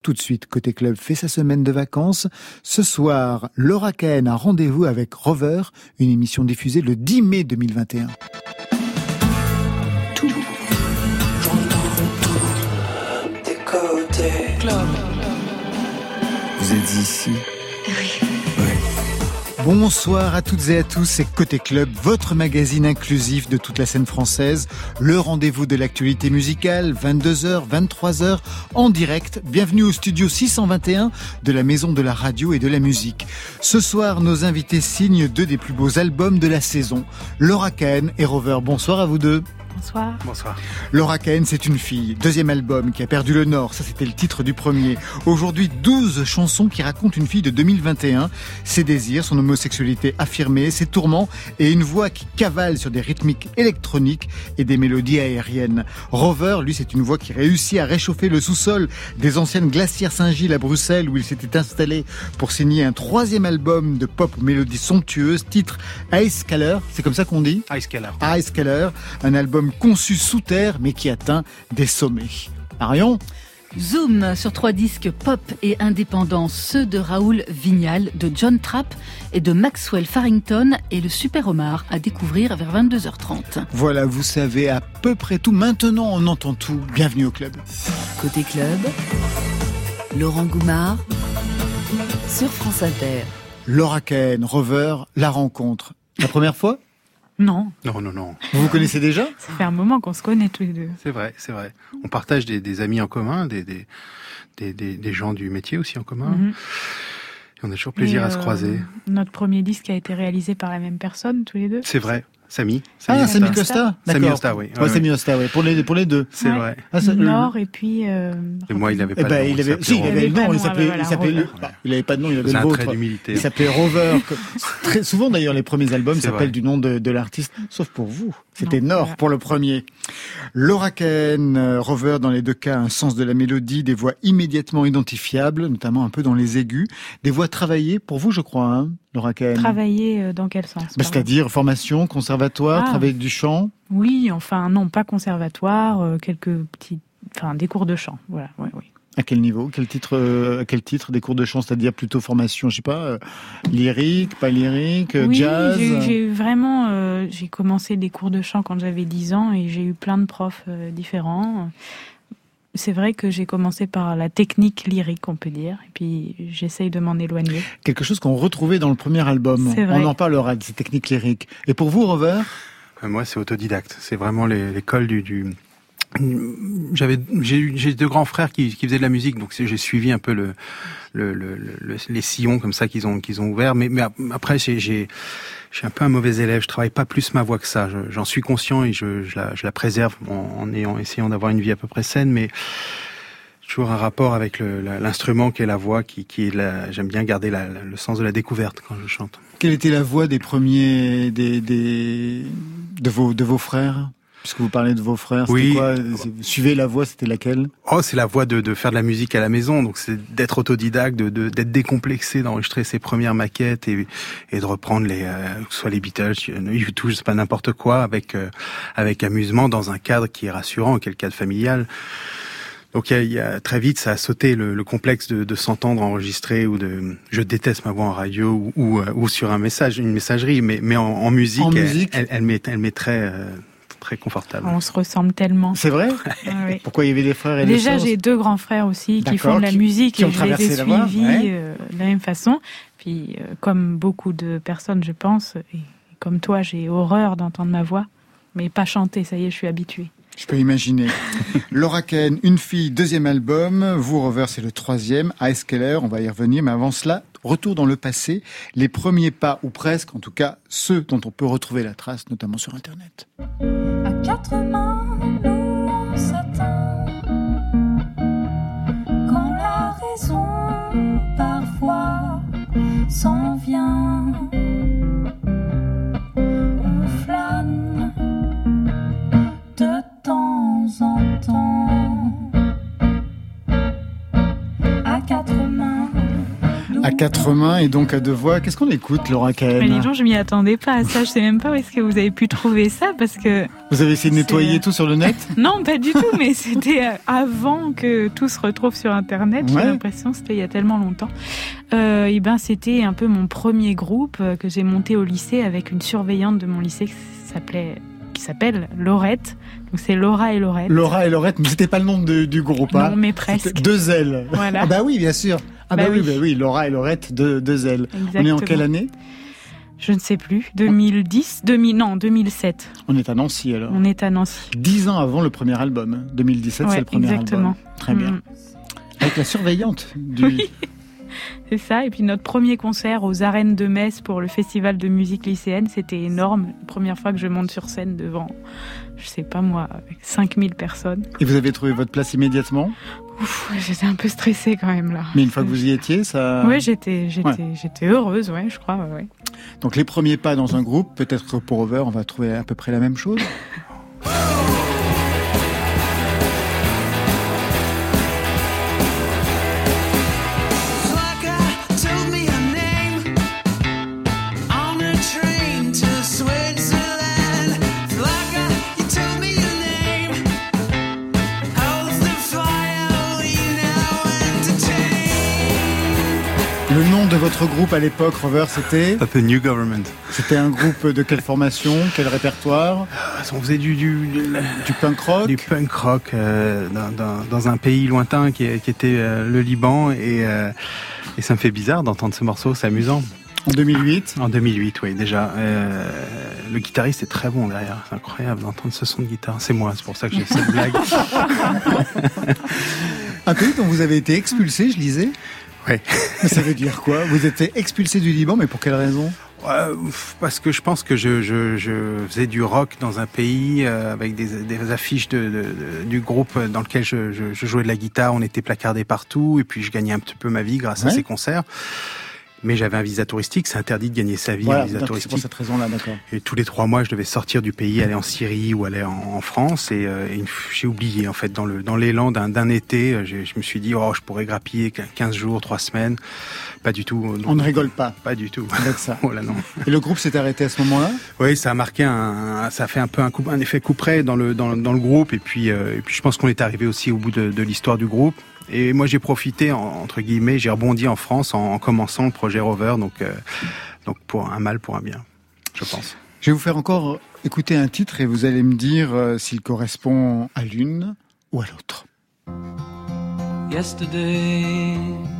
Tout de suite, Côté Club fait sa semaine de vacances. Ce soir, Laura Cahen a rendez-vous avec Rover, une émission diffusée le 10 mai 2021. Tout. Des Côté Club. Vous êtes ici ? Oui. Bonsoir à toutes et à tous, c'est Côté Club, votre magazine inclusif de toute la scène française. Le rendez-vous de l'actualité musicale, 22h, 23h, en direct. Bienvenue au studio 621 de la Maison de la Radio et de la Musique. Ce soir, nos invités signent deux des plus beaux albums de la saison. Laura Cahen et Rover, bonsoir à vous deux. Bonsoir. Bonsoir. Laura Cahen, c'est une fille. Deuxième album qui a perdu le nord. Ça, c'était le titre du premier. Aujourd'hui, 12 chansons qui racontent une fille de 2021. Ses désirs, son homosexualité affirmée, ses tourments et une voix qui cavale sur des rythmiques électroniques et des mélodies aériennes. Rover, lui, c'est une voix qui réussit à réchauffer le sous-sol des anciennes glacières Saint-Gilles à Bruxelles où il s'était installé pour signer un troisième album de pop aux mélodies somptueuses. Titre Ice Caller. C'est comme ça qu'on dit? Ice Caller. Ice Caller. Un album conçu sous terre mais qui atteint des sommets. Marion ? Zoom sur 3 disques pop et indépendants, ceux de Raoul Vignal, de John Trapp et de Maxwell Farrington et le Super Homard à découvrir vers 22h30. Voilà, vous savez à peu près tout. Maintenant, on entend tout. Bienvenue au club. Côté club, Laurent Goumard sur France Inter. Laura Cahen, Rover, la rencontre. La première fois ? Non. Non. Vous vous connaissez déjà ? Ça fait un moment qu'on se connaît tous les deux. C'est vrai. On partage des amis en commun, des gens du métier aussi en commun. Mm-hmm. Et on a toujours plaisir à se croiser. Notre premier disque a été réalisé par la même personne, tous les deux. C'est vrai. Samy Costa. Samy Costa, oui. Ouais, Samy Costa, oui. Pour les deux. C'est vrai. Nord et puis. Et moi, il n'avait pas de nom. Il avait le nom. Il n'avait pas de nom. Il avait le vôtre. Il s'appelait Rover. Très souvent, d'ailleurs, les premiers albums s'appellent du nom de l'artiste. Sauf pour vous. C'était Nord pour le premier. Laura Cahen, Rover, dans les deux cas, un sens de la mélodie, des voix immédiatement identifiables, notamment un peu dans les aigus. Des voix travaillées pour vous, je crois, hein, Laura Cahen. Travailler dans quel sens? C'est-à-dire formation, conservatoire, travailler du chant? Oui, enfin non, pas conservatoire, des cours de chant. Voilà, oui. À quel niveau? À quel titre des cours de chant? C'est-à-dire plutôt formation, je sais pas, lyrique, pas lyrique, jazz? J'ai commencé des cours de chant quand j'avais 10 ans et j'ai eu plein de profs différents. C'est vrai que j'ai commencé par la technique lyrique, on peut dire, et puis j'essaye de m'en éloigner. Quelque chose qu'on retrouvait dans le premier album. C'est vrai. On en parlera de ces techniques lyriques. Et pour vous, Rover? Moi, c'est autodidacte. C'est vraiment l'école du... J'ai deux grands frères qui faisaient de la musique, donc j'ai suivi un peu les sillons comme ça qu'ils ont ouverts. Mais après, j'ai un peu un mauvais élève. Je travaille pas plus ma voix que ça. J'en suis conscient et je la préserve en essayant d'avoir une vie à peu près saine, mais toujours un rapport avec l'instrument qui est la voix, j'aime bien garder le sens de la découverte quand je chante. Quelle était la voix des premiers de vos frères? Puisque vous parlez de vos frères, c'était quoi? Suivez la voix, c'était laquelle? C'est la voix de faire de la musique à la maison. Donc c'est d'être autodidacte, d'être décomplexé, d'enregistrer ses premières maquettes et de reprendre soit les Beatles, YouTube, c'est pas n'importe quoi, avec amusement dans un cadre qui est rassurant, qui est le cadre familial. Donc il y a très vite ça a sauté le complexe de s'entendre enregistrer ou je déteste ma voix en radio ou sur une messagerie, mais en musique, elle m'est très confortable. On se ressemble tellement. C'est vrai? Oui. Pourquoi il y avait des frères et des sœurs? Déjà, j'ai 2 grands frères aussi qui font de la musique et je les ai suivis de la même façon. Puis, comme beaucoup de personnes, je pense, et comme toi, j'ai horreur d'entendre ma voix, mais pas chanter, ça y est, je suis habituée. Je peux imaginer. Laura Cahen, une fille, 2e album. Vous, Rover, c'est le 3e. Ice Caller, on va y revenir. Mais avant cela, retour dans le passé. Les premiers pas, ou presque, en tout cas, ceux dont on peut retrouver la trace, notamment sur Internet. À 4 mains, nous s'attend. Quand la raison, parfois, s'en vient. On flâne de temps en temps. À 4 mains, À quatre mains et donc à deux voix. Qu'est-ce qu'on écoute, Laura Cahen? Mais dis donc, je m'y attendais pas à ça. Je sais même pas où est-ce que vous avez pu trouver ça, parce que... Vous avez essayé de nettoyer tout sur le net? Non, pas du tout, mais c'était avant que tout se retrouve sur Internet. Ouais. J'ai l'impression, c'était il y a tellement longtemps. Et ben, c'était un peu mon premier groupe que j'ai monté au lycée avec une surveillante de mon lycée qui s'appelle Laurette. Donc c'est Laura et Laurette. Laura et Laurette, mais c'était pas le nom du groupe, hein? Non, mais presque. C'était deux ailes. Voilà. Ah bah oui, bien sûr. Ah bah, Bah oui, oui. bah oui, Laura et Laurette, deux ailes. Exactement. On est en quelle année? Je ne sais plus. 2007. On est à Nancy alors. On est à Nancy. 10 ans avant le premier album. 2017, Ouais, c'est le premier exactement. album. Très bien. Avec la surveillante du... Oui. C'est ça. Et puis notre premier concert aux arènes de Metz pour le festival de musique lycéenne, c'était énorme. La première fois que je monte sur scène devant, je sais pas moi, avec 5000 personnes. Et vous avez trouvé votre place immédiatement? Ouf, j'étais un peu stressée quand même là. Mais une fois que vous y étiez, ça... Oui, j'étais heureuse, ouais, je crois, ouais. Donc les premiers pas dans un groupe, peut-être que pour Over, on va trouver à peu près la même chose. Le nom de votre groupe à l'époque, Rover, c'était? The New Government. C'était un groupe de quelle formation, quel répertoire? On faisait du punk rock? Du punk rock dans un pays lointain qui était le Liban, et ça me fait bizarre d'entendre ce morceau, c'est amusant. En 2008? En 2008, oui, déjà. Le guitariste est très bon derrière, c'est incroyable d'entendre ce son de guitare. C'est moi, c'est pour ça que j'ai cette blague. Un pays dont vous avez été expulsé, je lisais? Oui. Mais ça veut dire quoi? Vous êtes expulsé du Liban, mais pour quelle raison? Parce que je pense que je faisais du rock dans un pays avec des affiches du groupe dans lequel je jouais de la guitare. On était placardés partout, et puis je gagnais un petit peu ma vie grâce à ces concerts. Mais j'avais un visa touristique, c'est interdit de gagner sa vie en visa touristique. C'est pour cette raison-là, d'accord. Et tous les 3 mois, je devais sortir du pays, aller en Syrie ou aller en France. Et j'ai oublié, en fait, dans l'élan d'un été, je me suis dit, je pourrais grappiller 15 jours, 3 semaines. Pas du tout. On ne rigole pas. Pas du tout. Avec ça. Voilà, non. Et le groupe s'est arrêté à ce moment-là? Oui, ça a marqué ça a fait un peu un effet couperet dans le groupe. Et puis je pense qu'on est arrivé aussi au bout de l'histoire du groupe. Et moi, j'ai profité, entre guillemets, j'ai rebondi en France en commençant le projet Rover, donc pour un mal, pour un bien, je pense. Je vais vous faire encore écouter un titre et vous allez me dire s'il correspond à l'une ou à l'autre. Yesterday,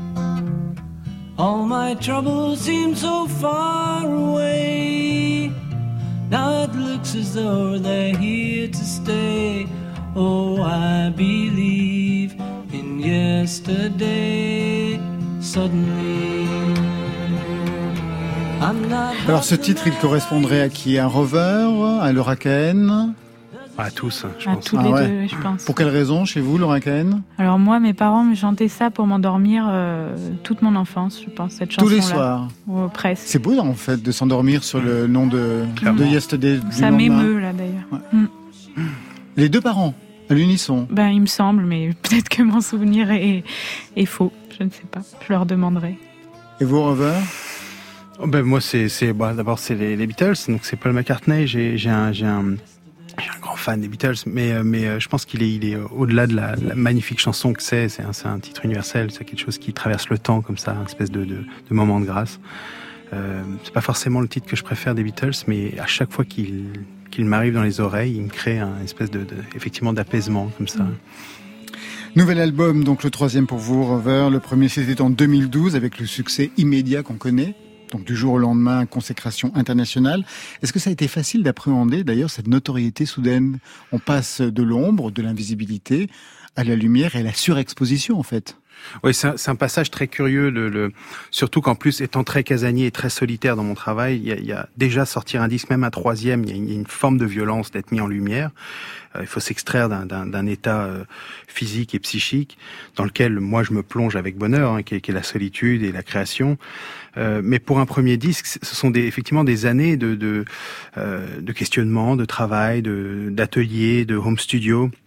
all my troubles seem so far away. Now it looks as though they're here to stay. Oh, I believe in yesterday. Suddenly, I'm not. Alors ce titre, il correspondrait à qui? À Rover, à Laura Cahen? À tous, je à pense. tous les deux, je pense. Pour quelle raison chez vous, Laura Cahen? Alors moi, mes parents me chantaient ça pour m'endormir toute mon enfance, je pense, cette chanson-là. Tous les soirs? Presque. C'est beau, en fait, de s'endormir sur le nom de Yesterday. Ça m'émeut, là, d'ailleurs. Ouais. Les deux parents, à l'unisson? Il me semble, mais peut-être que mon souvenir est faux. Je ne sais pas. Je leur demanderai. Et vous, Rover? Moi, d'abord, c'est les Beatles, donc c'est Paul McCartney. J'ai un grand fan des Beatles, mais je pense qu'il est au-delà de la magnifique chanson que c'est un titre universel, c'est quelque chose qui traverse le temps comme ça, une espèce de moment de grâce. C'est pas forcément le titre que je préfère des Beatles, mais à chaque fois qu'il m'arrive dans les oreilles, il me crée une espèce effectivement d'apaisement comme ça. Nouvel album, donc le 3e pour vous, Rover. Le premier, c'était en 2012 avec le succès immédiat qu'on connaît. Donc du jour au lendemain, consécration internationale. Est-ce que ça a été facile d'appréhender d'ailleurs cette notoriété soudaine? On passe de l'ombre, de l'invisibilité, à la lumière et à la surexposition en fait. Oui, c'est un passage très curieux, surtout qu'en plus, étant très casanier et très solitaire dans mon travail, il y a déjà sortir un disque, même un 3e, il y a une forme de violence d'être mis en lumière. Il faut s'extraire d'un état physique et psychique dans lequel moi je me plonge avec bonheur, qui est la solitude et la création. Mais pour un premier disque, ce sont effectivement des années de questionnement, de travail, d'atelier, de home studio.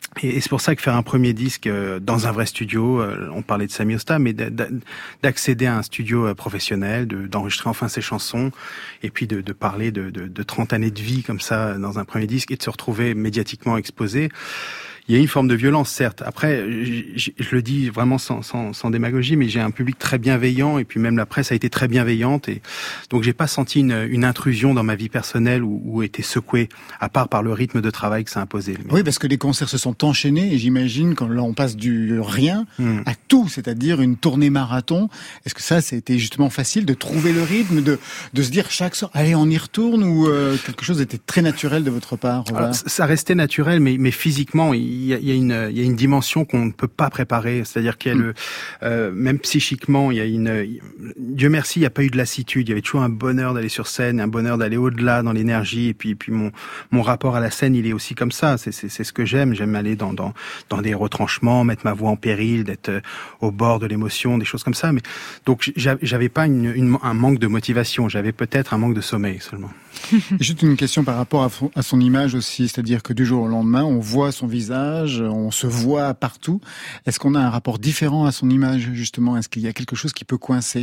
Et c'est pour ça que faire un premier disque dans un vrai studio, on parlait de Sami Osta, mais d'accéder à un studio professionnel, d'enregistrer enfin ses chansons, et puis de parler de 30 années de vie comme ça dans un premier disque, et de se retrouver médiatiquement exposé. Il y a une forme de violence, certes. Après, je le dis vraiment sans démagogie, mais j'ai un public très bienveillant, et puis même la presse a été très bienveillante, et donc j'ai pas senti une intrusion dans ma vie personnelle ou été secoué, à part par le rythme de travail que ça imposait. Oui, parce que les concerts se sont enchaînés, et j'imagine quand là on passe du rien à tout, c'est-à-dire une tournée marathon. Est-ce que ça a été justement facile de trouver le rythme, de se dire chaque soir, allez, on y retourne, ou quelque chose était très naturel de votre part? Alors, ça restait naturel, mais physiquement, il y a une dimension qu'on ne peut pas préparer, c'est-à-dire qu'il y a même psychiquement, il y a Dieu merci, il n'y a pas eu de lassitude, il y avait toujours un bonheur d'aller sur scène, un bonheur d'aller au-delà dans l'énergie, et puis mon rapport à la scène, il est aussi comme ça, c'est ce que j'aime aller dans des retranchements, mettre ma voix en péril, d'être au bord de l'émotion, des choses comme ça, mais donc j'avais pas un manque de motivation, j'avais peut-être un manque de sommeil seulement. Juste une question par rapport à son image aussi, c'est-à-dire que du jour au lendemain, on voit son visage, on se voit partout. Est-ce qu'on a un rapport différent à son image, justement? Est-ce qu'il y a quelque chose qui peut coincer?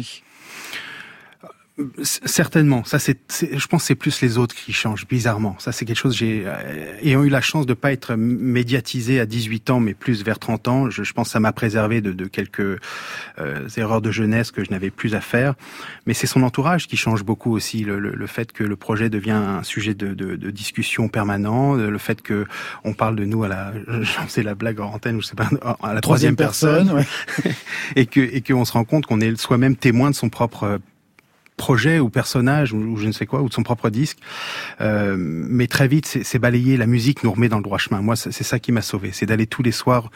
Certainement, ça je pense que c'est plus les autres qui changent bizarrement. Ça c'est quelque chose, ayant eu la chance de pas être médiatisé à 18 ans mais plus vers 30 ans, je pense que ça m'a préservé de quelques erreurs de jeunesse que je n'avais plus à faire. Mais c'est son entourage qui change beaucoup aussi, le fait que le projet devient un sujet de discussion permanent, le fait que on parle de nous j'en sais la blague en antenne, je sais pas, à la troisième personne. Ouais. et que on se rend compte qu'on est soi-même témoin de son propre projet ou personnage ou je ne sais quoi, ou de son propre disque, mais très vite c'est balayé, la musique nous remet dans le droit chemin. Moi c'est ça qui m'a sauvé, c'est d'aller tous les soirs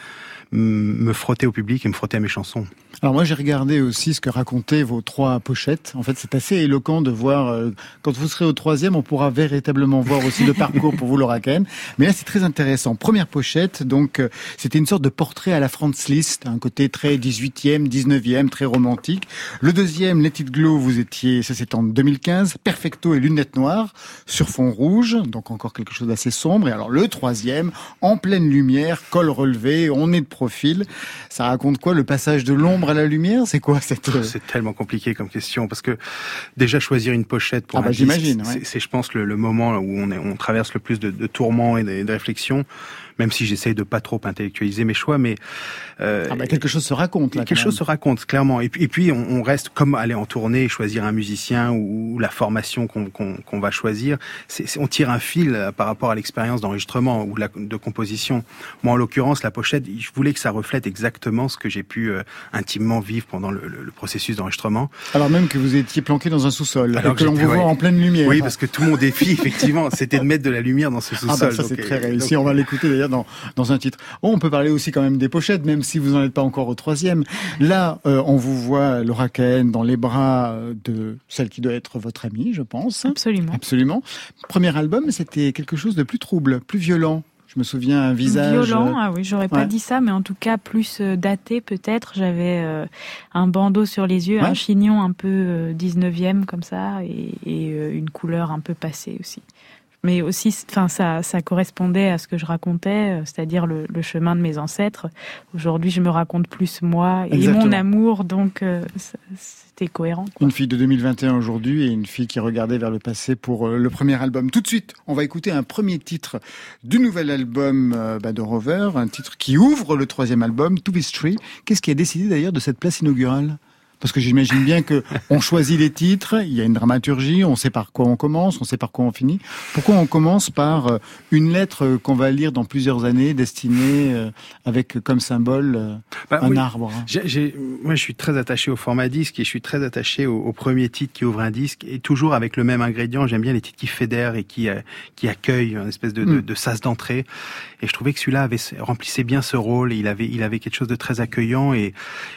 me frotter au public et me frotter à mes chansons. Alors moi j'ai regardé aussi ce que racontaient vos 3 pochettes. En fait c'est assez éloquent de voir, quand vous serez au 3e, on pourra véritablement voir aussi le parcours pour vous, Laura Kahn. Mais là c'est très intéressant. Première pochette, donc c'était une sorte de portrait à la Franz Liszt, un côté très 18e, 19e, très romantique. Le deuxième, Let It Glow, vous étiez, ça c'est en 2015, Perfecto et lunettes noires sur fond rouge, donc encore quelque chose d'assez sombre. Et alors le troisième, en pleine lumière, col relevé, on est de profil. Ça raconte quoi, le passage de l'ombre à la lumière? C'est quoi cette... C'est tellement compliqué comme question, parce que déjà choisir une pochette pour un disque, j'imagine, ouais. c'est je pense le moment où on traverse le plus de tourments et de réflexions, même si j'essaye de pas trop intellectualiser mes choix, mais quelque chose se raconte là. Quelque chose se raconte clairement, et puis on reste comme aller en tournée, choisir un musicien ou la formation qu'on va choisir. On tire un fil par rapport à l'expérience d'enregistrement ou de composition. Moi en l'occurrence la pochette, je voulais que ça reflète exactement ce que j'ai pu intimement vivre pendant le processus d'enregistrement. Alors même que vous étiez planqué dans un sous-sol, alors que l'on vous voit en pleine lumière. Oui, parce que tout mon défi effectivement c'était de mettre de la lumière dans ce sous-sol. Ça c'est très réussi, on va l'écouter d'ailleurs dans un titre. On peut parler aussi quand même des pochettes, même si vous n'en êtes pas encore au 3e. Là, on vous voit, Laura Kahn, dans les bras de celle qui doit être votre amie, je pense. Absolument. Absolument. Premier album, c'était quelque chose de plus trouble, plus violent. Je me souviens, un visage... Violent, ah oui, j'aurais pas dit ça, mais en tout cas plus daté peut-être. J'avais un bandeau sur les yeux, un chignon un peu 19e comme ça, et une couleur un peu passée aussi. Mais aussi, enfin, ça correspondait à ce que je racontais, c'est-à-dire le chemin de mes ancêtres. Aujourd'hui, je me raconte plus moi et Exactement. Mon amour, donc c'était cohérent, quoi. Une fille de 2021 aujourd'hui et une fille qui regardait vers le passé pour le premier album. Tout de suite, on va écouter un premier titre du nouvel album de Rover, un titre qui ouvre le 3e album, To Be Street. Qu'est-ce qui a décidé d'ailleurs de cette place inaugurale ? Parce que j'imagine bien que on choisit les titres, il y a une dramaturgie, on sait par quoi on commence, on sait par quoi on finit. Pourquoi on commence par une lettre qu'on va lire dans plusieurs années, destinée avec comme symbole un arbre? Moi, je suis très attaché au format disque et je suis très attaché au premier titre qui ouvre un disque, et toujours avec le même ingrédient. J'aime bien les titres qui fédèrent et qui accueillent, une espèce de sas d'entrée. Et je trouvais que celui-là remplissait bien ce rôle. Il avait quelque chose de très accueillant et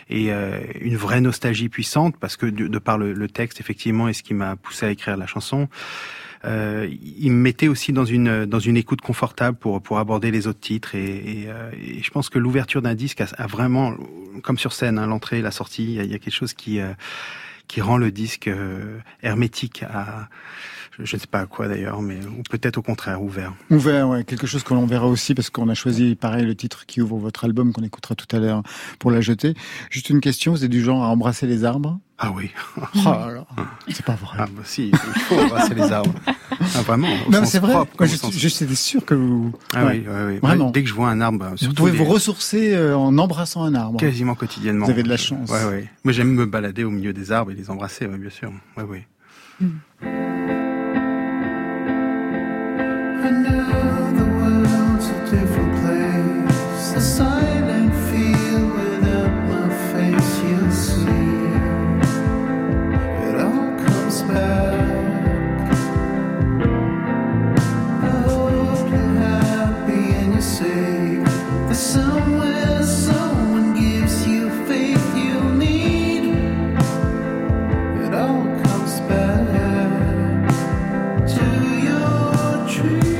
une vraie nostalgie puissante, parce que de par le texte effectivement, et ce qui m'a poussé à écrire la chanson, il me mettait aussi dans une écoute confortable pour aborder les autres titres, et je pense que l'ouverture d'un disque a vraiment, comme sur scène, l'entrée, la sortie, il y a quelque chose qui qui rend le disque hermétique à, je ne sais pas à quoi d'ailleurs, mais ou peut-être au contraire ouvert. Ouvert, ouais, quelque chose que l'on verra aussi parce qu'on a choisi pareil le titre qui ouvre votre album qu'on écoutera tout à l'heure pour la jeter. Juste une question, vous êtes du genre à embrasser les arbres? Ah oui. Oh là, c'est pas vrai. Ah bah si, il faut embrasser les arbres. Ah vraiment. Non, mais c'est vrai. Propre, J'étais sûr que vous. Ah ouais. Oui. Vraiment. Dès que je vois un arbre, vous pouvez vous ressourcer en embrassant un arbre. Quasiment quotidiennement. Vous avez de la chance. Ouais. Moi, j'aime me balader au milieu des arbres et les embrasser, bien sûr. Ouais. I know the world's a different place. A silent field without my face, you'll see. It all comes back. I hope you're happy and you're safe. There's somewhere someone gives you faith you need. It all comes back to your tree.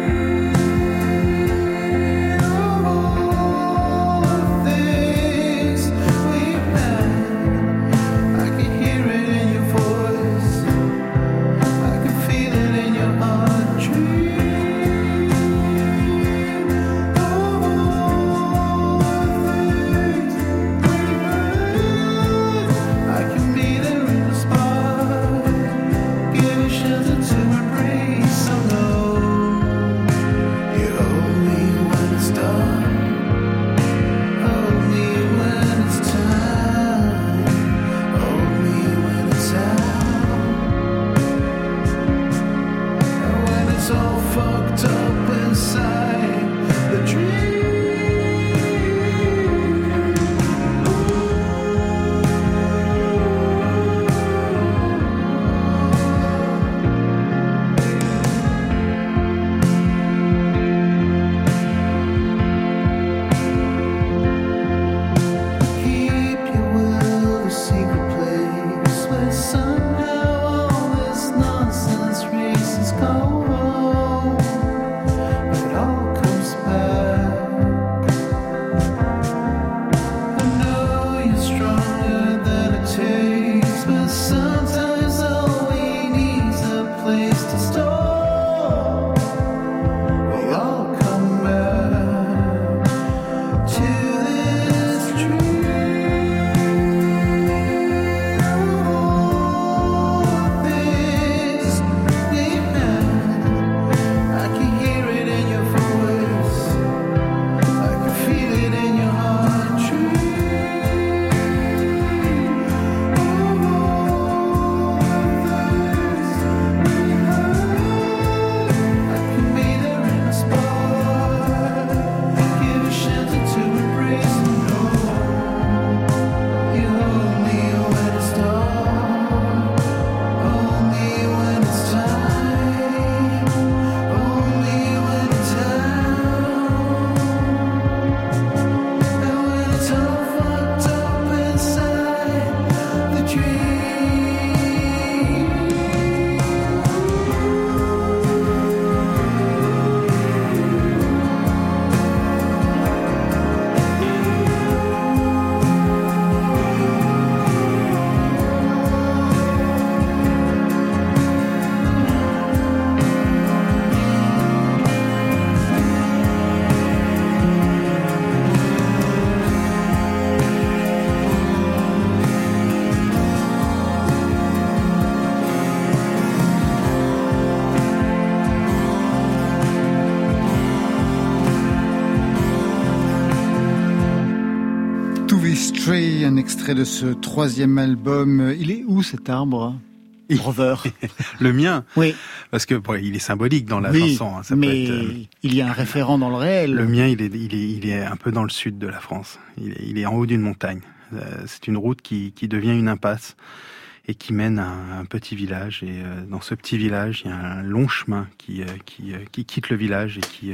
Stray, un extrait de ce troisième album. Il est où cet arbre, Rover? Le mien? Oui. Parce que il est symbolique dans la chanson. Hein. Ça mais peut être, il y a un référent dans le réel. Le mien, il est un peu dans le sud de la France. Il est en haut d'une montagne. C'est une route qui devient une impasse et qui mène à un petit village. Et dans ce petit village, il y a un long chemin qui quitte le village et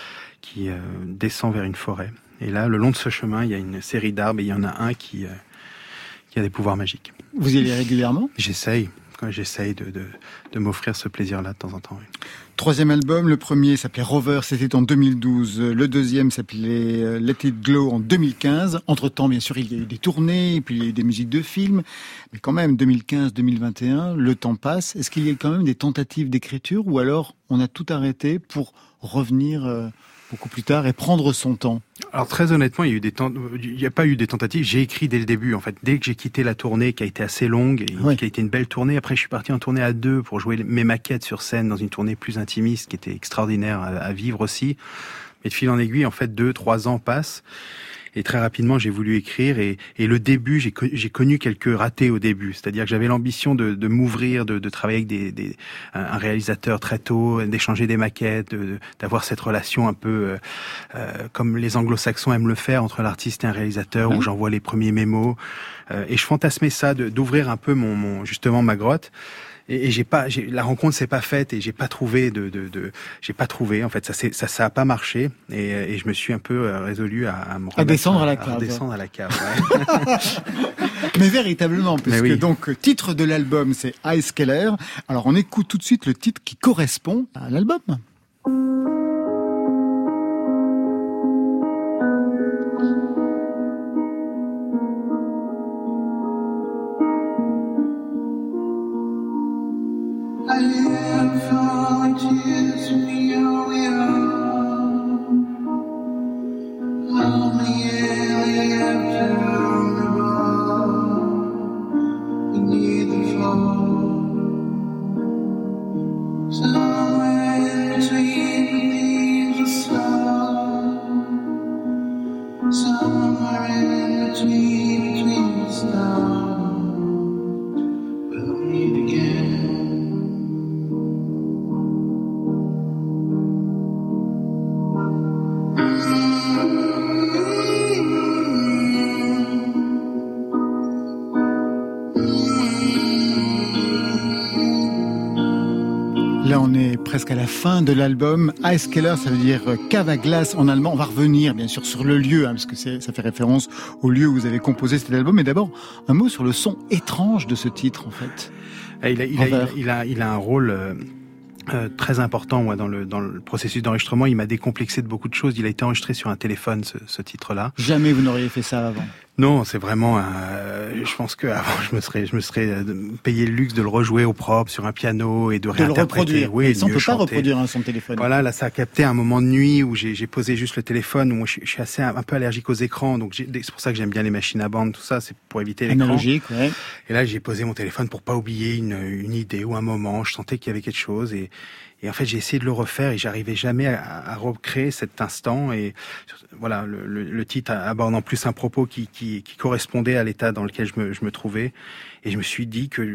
qui descend vers une forêt. Et là, le long de ce chemin, il y a une série d'arbres et il y en a un qui a des pouvoirs magiques. Vous y allez régulièrement? J'essaye. j'essaye de m'offrir ce plaisir-là de temps en temps. Oui. Troisième album, le premier s'appelait Rover, c'était en 2012. Le deuxième s'appelait Let It Glow en 2015. Entre-temps, bien sûr, il y a eu des tournées, et puis il y a eu des musiques de films. Mais quand même, 2015-2021, le temps passe. Est-ce qu'il y a quand même des tentatives d'écriture ou alors on a tout arrêté pour revenir beaucoup plus tard et prendre son temps? Alors très honnêtement, il n'y a pas eu des tentatives. J'ai écrit dès le début. En fait, dès que j'ai quitté la tournée, qui a été assez longue, et qui a été une belle tournée. Après, je suis parti en tournée à 2 pour jouer mes maquettes sur scène dans une tournée plus intimiste, qui était extraordinaire à vivre aussi. Mais de fil en aiguille, en fait, 2-3 ans passent. Et très rapidement, j'ai voulu écrire et le début, j'ai connu quelques ratés au début. C'est-à-dire que j'avais l'ambition de m'ouvrir, de travailler avec un réalisateur très tôt, d'échanger des maquettes, d'avoir cette relation un peu comme les anglo-saxons aiment le faire entre l'artiste et un réalisateur, où j'envoie les premiers mémos. Et je fantasmais ça, d'ouvrir un peu justement ma grotte. Et la rencontre s'est pas faite et j'ai pas trouvé en fait, ça a pas marché et je me suis un peu résolu à me remettre, descendre à la cave. À descendre à la cave. Ouais. Mais véritablement, puisque oui. Donc titre de l'album c'est Ice Keller. Alors on écoute tout de suite le titre qui correspond à l'album. I am falling tears from you, we are lonely after the ball. We need the fall. Somewhere between the sun. Somewhere in between the stars. We'll meet again. Là, on est presque à la fin de l'album. Ice Keller, ça veut dire cave à glace en allemand. On va revenir, bien sûr, sur le lieu, parce que ça fait référence au lieu où vous avez composé cet album. Mais d'abord, un mot sur le son étrange de ce titre, en fait. Il a un rôle très important, moi, dans le processus d'enregistrement. Il m'a décomplexé de beaucoup de choses. Il a été enregistré sur un téléphone, ce titre-là. Jamais vous n'auriez fait ça avant. Non, c'est vraiment. Je pense qu'avant, je me serais payé le luxe de le rejouer au propre sur un piano et de réinterpréter. Le reproduire. Oui, ça, on peut pas chanter. reproduire un son téléphone. Voilà, là, ça a capté un moment de nuit où j'ai posé juste le téléphone. Où moi, je suis assez un peu allergique aux écrans, donc c'est pour ça que j'aime bien les machines à bande, tout ça, c'est pour éviter l'écran. Analogique, ouais. Et là, j'ai posé mon téléphone pour pas oublier une idée ou un moment. Je sentais qu'il y avait quelque chose et en fait, j'ai essayé de le refaire et j'arrivais jamais à recréer cet instant. Et voilà, le titre aborde en plus un propos qui correspondait à l'état dans lequel je me trouvais. Et je me suis dit que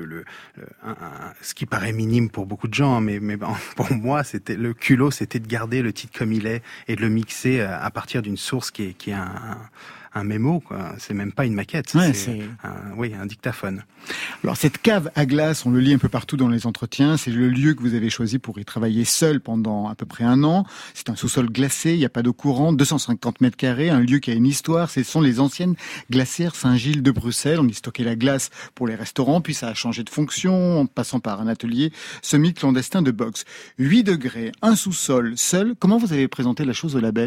ce qui paraît minime pour beaucoup de gens, mais pour moi, c'était le culot, c'était de garder le titre comme il est et de le mixer à partir d'une source qui est un mémo, quoi. C'est même pas une maquette, ouais, c'est un dictaphone. Alors cette cave à glace, on le lit un peu partout dans les entretiens, c'est le lieu que vous avez choisi pour y travailler seul pendant à peu près 1 an. C'est un sous-sol glacé, il n'y a pas d'eau courante, 250 mètres carrés, un lieu qui a une histoire. Ce sont les anciennes glacières Saint-Gilles de Bruxelles. On y stockait la glace pour les restaurants, puis ça a changé de fonction en passant par un atelier semi-clandestin de boxe. 8 degrés, un sous-sol seul. Comment vous avez présenté la chose au label ?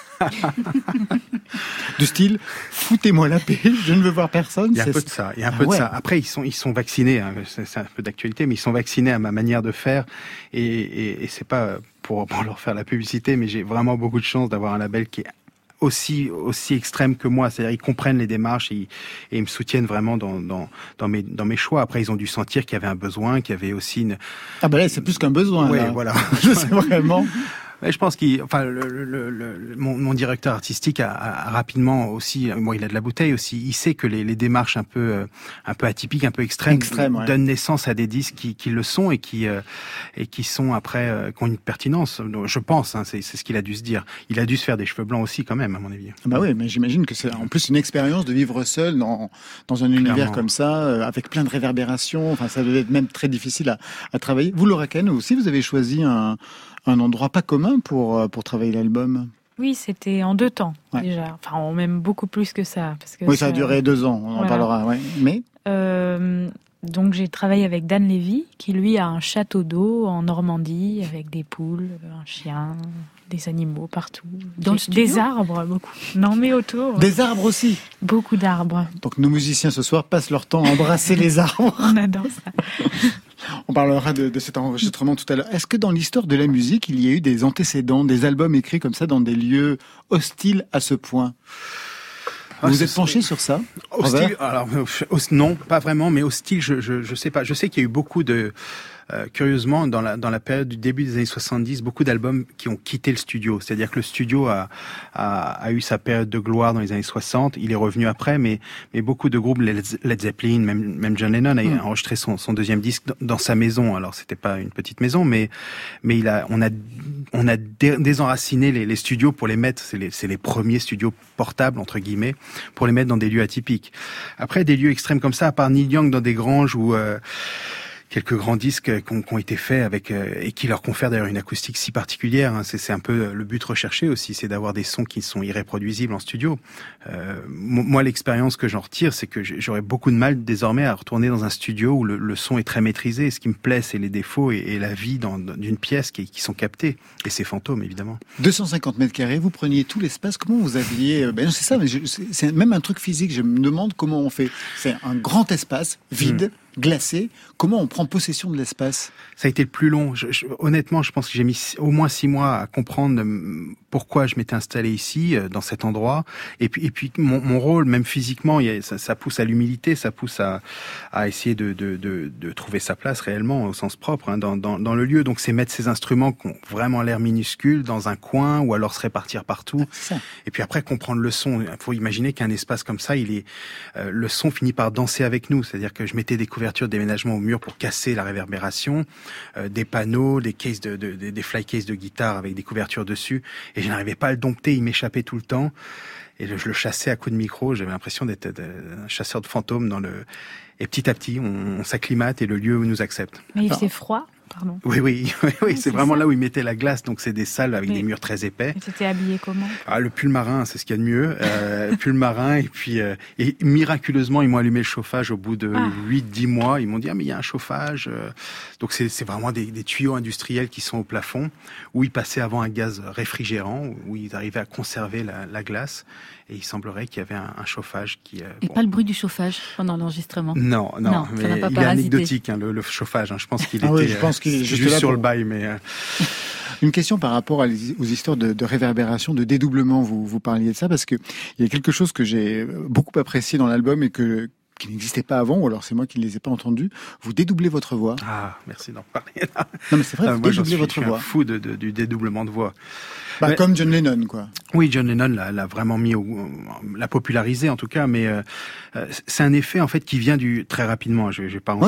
Du style, foutez-moi la paix, je ne veux voir personne. Il y a un peu de ça. Il y a un peu de ça. Après, ils sont vaccinés. Hein, c'est un peu d'actualité, mais ils sont vaccinés à ma manière de faire. Et c'est pas pour leur faire la publicité, mais j'ai vraiment beaucoup de chance d'avoir un label qui est aussi extrême que moi. C'est-à-dire, ils comprennent les démarches et ils me soutiennent vraiment dans mes choix. Après, ils ont dû sentir qu'il y avait un besoin, qu'il y avait aussi une. Ah ben là, c'est plus qu'un besoin. Oui, là. voilà. C'est vraiment. Je pense mon directeur artistique a rapidement aussi, il a de la bouteille aussi. Il sait que les démarches un peu atypiques, un peu extrêmes, ouais. donnent naissance à des disques qui le sont et qui sont après qui ont une pertinence. Donc, je pense, c'est ce qu'il a dû se dire. Il a dû se faire des cheveux blancs aussi quand même, à mon avis. Bah oui, mais j'imagine que c'est en plus une expérience de vivre seul dans un univers comme ça, avec plein de réverbérations. Enfin, ça devait être même très difficile à travailler. Vous, Laura Kahn, aussi, vous avez choisi un endroit pas commun pour travailler l'album. Oui, c'était en 2 temps, ouais. Déjà. Enfin, même beaucoup plus que ça. Parce que oui, ça a duré 2 ans, on en parlera. Ouais. Mais Donc j'ai travaillé avec Dan Levy, qui lui a un château d'eau en Normandie, avec des poules, un chien, des animaux partout. Dans le studio ? Des arbres, beaucoup. Non, mais autour. Des arbres aussi. Beaucoup d'arbres. Donc nos musiciens ce soir passent leur temps à embrasser les arbres. On adore ça. On parlera de cet enregistrement tout à l'heure. Est-ce que dans l'histoire de la musique, il y a eu des antécédents, des albums écrits comme ça dans des lieux hostiles à ce point ? Vous êtes penché sur ça ? Hostile, alors, non, pas vraiment, mais hostile, je sais pas. Je sais qu'il y a eu beaucoup de... curieusement, dans la période du début des années 70, beaucoup d'albums qui ont quitté le studio. C'est-à-dire que le studio a eu sa période de gloire dans les années 60. Il est revenu après, mais beaucoup de groupes, Led Zeppelin, même John Lennon a enregistré son deuxième disque dans sa maison. Alors, c'était pas une petite maison, mais on a désenraciné les studios pour les mettre. C'est les premiers studios portables, entre guillemets, pour les mettre dans des lieux atypiques. Après, des lieux extrêmes comme ça, à part Neil Young dans des granges ou quelques grands disques qui ont été faits avec et qui leur confèrent d'ailleurs une acoustique si particulière. C'est un peu le but recherché aussi, c'est d'avoir des sons qui sont irréproduisibles en studio. Moi, l'expérience que j'en retire, c'est que j'aurais beaucoup de mal désormais à retourner dans un studio où le son est très maîtrisé. Ce qui me plaît, c'est les défauts et la vie d'une pièce qui sont captés. Et ces fantômes, évidemment. 250 mètres carrés, vous preniez tout l'espace. Comment vous aviez... Ben c'est ça, mais c'est même un truc physique. Je me demande comment on fait. C'est un grand espace, vide, glacé. Comment on prend possession de l'espace ? Ça a été le plus long. Honnêtement, je pense que j'ai mis au moins 6 mois à comprendre pourquoi je m'étais installé ici, dans cet endroit. Et puis mon rôle, même physiquement, ça pousse à l'humilité, ça pousse à essayer de trouver sa place réellement, au sens propre, hein, dans le lieu. Donc c'est mettre ces instruments qui ont vraiment l'air minuscules dans un coin, ou alors se répartir partout. Et puis après, comprendre le son. Il faut imaginer qu'un espace comme ça, le son finit par danser avec nous. C'est-à-dire que je mettais des couvertures de déménagement au mur pour casser la réverbération, des panneaux, des cases des fly cases de guitare avec des couvertures dessus, et je n'arrivais pas à le dompter, il m'échappait tout le temps, et je le chassais à coups de micro. J'avais l'impression d'être un chasseur de fantômes et petit à petit, on s'acclimate et le lieu nous accepte. Mais il faisait froid ? Pardon. Oui, c'est vraiment là où ils mettaient la glace, donc c'est des salles avec des murs très épais. Et tu étais habillé comment ? Le pull marin, c'est ce qu'il y a de mieux. Pull marin, et puis et miraculeusement, ils m'ont allumé le chauffage au bout de 8-10 mois. Ils m'ont dit, mais il y a un chauffage. Donc c'est vraiment des tuyaux industriels qui sont au plafond, où ils passaient avant un gaz réfrigérant, où ils arrivaient à conserver la glace. Et il semblerait qu'il y avait un chauffage qui... Et pas le bruit du chauffage pendant l'enregistrement ? Non, mais il est anecdotique, hein, le chauffage. Hein. Je pense qu'il était je pense qu'il est juste sur le bail, mais... Une question par rapport aux histoires de réverbération, de dédoublement. Vous parliez de ça parce que il y a quelque chose que j'ai beaucoup apprécié dans l'album et qui n'existait pas avant, ou alors c'est moi qui ne les ai pas entendus. Vous dédoublez votre voix. Ah, merci d'en parler. Non, mais c'est vrai, vous dédoublez votre voix. Je suis un fou du dédoublement de voix. Comme John Lennon, quoi. Oui, John Lennon l'a vraiment l'a popularisé en tout cas, mais c'est un effet en fait qui vient très rapidement. Je vais pas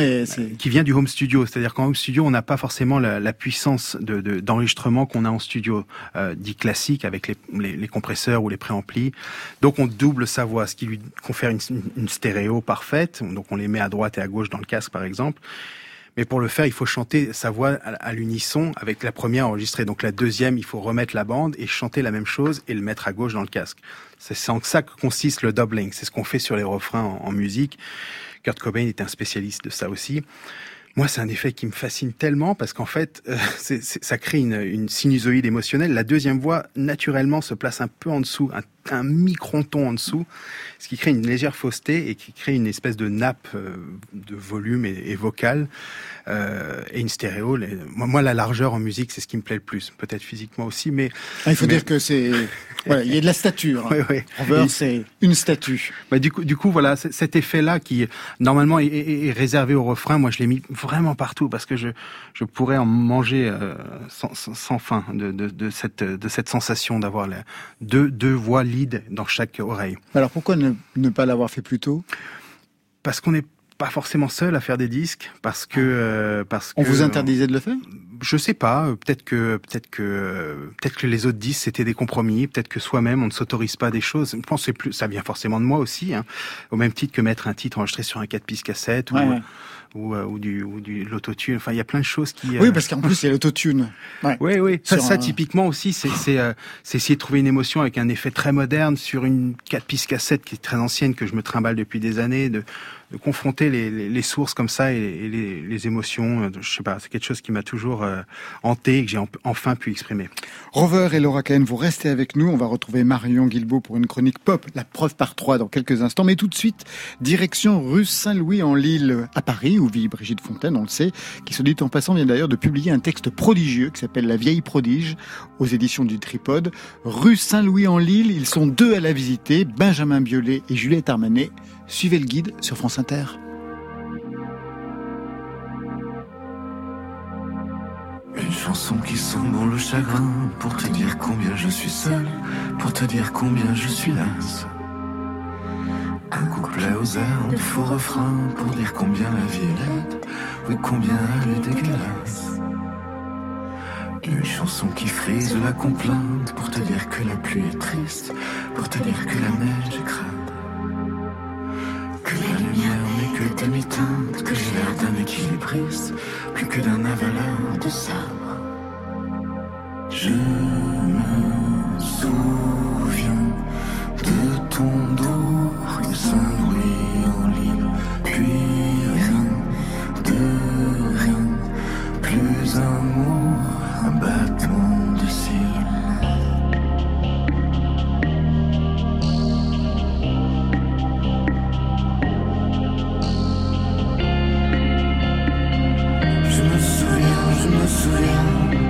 qui vient du home studio, c'est-à-dire qu'en home studio on n'a pas forcément la puissance d'enregistrement qu'on a en studio dit classique avec les compresseurs ou les préamplis. Donc on double sa voix, ce qui lui confère une stéréo parfaite. Donc on les met à droite et à gauche dans le casque par exemple. Mais pour le faire, il faut chanter sa voix à l'unisson avec la première enregistrée. Donc la deuxième, il faut remettre la bande et chanter la même chose et le mettre à gauche dans le casque. C'est en ça que consiste le doubling. C'est ce qu'on fait sur les refrains en musique. Kurt Cobain était un spécialiste de ça aussi. Moi, c'est un effet qui me fascine tellement parce qu'en fait, ça crée une sinusoïde émotionnelle. La deuxième voix, naturellement, se place un peu en dessous, un micron-ton en dessous, ce qui crée une légère fausseté et qui crée une espèce de nappe de volume et vocale et une stéréo. Moi, la largeur en musique, c'est ce qui me plaît le plus. Peut-être physiquement aussi, mais... il faut dire que c'est... Voilà, il y a de la stature. Hein. Oui. Rover, c'est une statue. Du coup, voilà, cet effet-là qui, normalement, est réservé au refrain, moi, je l'ai mis vraiment partout parce que je pourrais en manger sans fin de cette sensation d'avoir deux voix lead dans chaque oreille. Alors pourquoi ne pas l'avoir fait plus tôt ? Parce qu'on n'est pas forcément seul à faire des disques, parce que on vous interdisait de le faire ? Je sais pas, peut-être que les autres disques c'était des compromis, peut-être que soi-même on ne s'autorise pas des choses. Je pense que ça vient forcément de moi aussi, hein, au même titre que mettre un titre enregistré sur un 4 pistes cassette ou du l'autotune. Enfin, il y a plein de choses qui. Oui, parce qu'en plus il y a l'autotune. Oui. Ça typiquement aussi, c'est essayer de trouver une émotion avec un effet très moderne sur une 4 pistes cassette qui est très ancienne que je me trimballe depuis des années, de confronter les sources comme ça et les émotions. Je sais pas, c'est quelque chose qui m'a toujours hanté et que j'ai enfin pu exprimer. Rover et Laura Kahn, vous restez avec nous. On va retrouver Marion Guilbault pour une chronique pop, la preuve par 3 dans quelques instants. Mais tout de suite, direction rue Saint-Louis-en-Lille à Paris, où vit Brigitte Fontaine, on le sait, qui se dit en passant vient d'ailleurs de publier un texte prodigieux qui s'appelle La vieille prodige aux éditions du Tripode. Rue Saint-Louis-en-Lille, ils sont 2 à la visiter, Benjamin Biolay et Juliette Armanet. Suivez le guide sur France Inter. Une chanson qui sent bon le chagrin, pour te dire combien je suis seul, pour te dire combien je suis lasse. Un couplet aux airs de faux refrains, pour dire combien la vie est laide, oui combien elle est dégueulasse. Une chanson qui frise la complainte, pour te dire que la pluie est triste, pour te dire que la neige est crade. Que la lumière n'est que demi-teinte, que j'ai l'air d'un équilibriste, plus que d'un avaleur de sabre. Je me souviens de ton dos, rue Saint-Louis-en-Lille, puis rien de rien, plus un mot, un battement de cils. Je me souviens,